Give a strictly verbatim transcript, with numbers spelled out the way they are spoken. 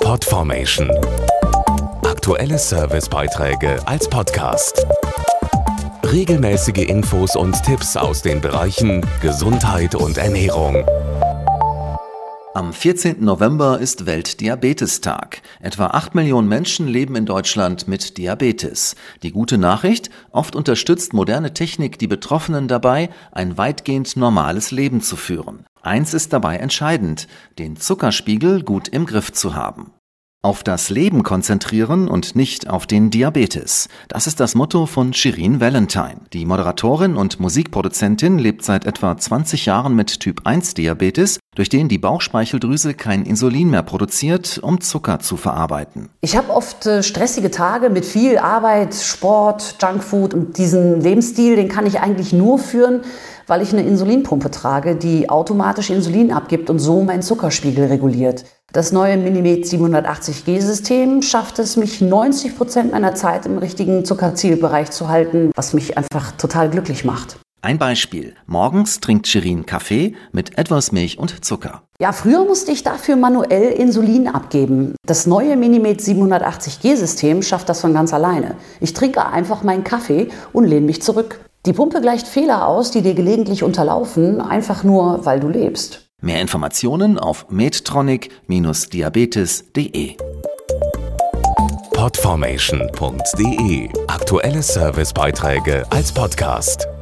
Podformation. Aktuelle Servicebeiträge als Podcast. Regelmäßige Infos und Tipps aus den Bereichen Gesundheit und Ernährung. Am vierzehnten November ist Weltdiabetestag. Etwa acht Millionen Menschen leben in Deutschland mit Diabetes. Die gute Nachricht: Oft unterstützt moderne Technik die Betroffenen dabei, ein weitgehend normales Leben zu führen. Eins ist dabei entscheidend: den Zuckerspiegel gut im Griff zu haben. Auf das Leben konzentrieren und nicht auf den Diabetes. Das ist das Motto von Shirin Valentine. Die Moderatorin und Musikproduzentin lebt seit etwa zwanzig Jahren mit Typ eins Diabetes, durch den die Bauchspeicheldrüse kein Insulin mehr produziert, um Zucker zu verarbeiten. Ich habe oft äh, stressige Tage mit viel Arbeit, Sport, Junkfood, und diesen Lebensstil, den kann ich eigentlich nur führen, weil ich eine Insulinpumpe trage, die automatisch Insulin abgibt und so meinen Zuckerspiegel reguliert. Das neue Minimed siebenhundertachtzig G System schafft es, mich neunzig Prozent meiner Zeit im richtigen Zuckerzielbereich zu halten, was mich einfach total glücklich macht. Ein Beispiel: Morgens trinkt Shirin Kaffee mit etwas Milch und Zucker. Ja, früher musste ich dafür manuell Insulin abgeben. Das neue Minimed siebenhundertachtzig G System schafft das von ganz alleine. Ich trinke einfach meinen Kaffee und lehne mich zurück. Die Pumpe gleicht Fehler aus, die dir gelegentlich unterlaufen, einfach nur, weil du lebst. Mehr Informationen auf medtronic Bindestrich diabetes punkt de. Podformation punkt de. Aktuelle Servicebeiträge als Podcast.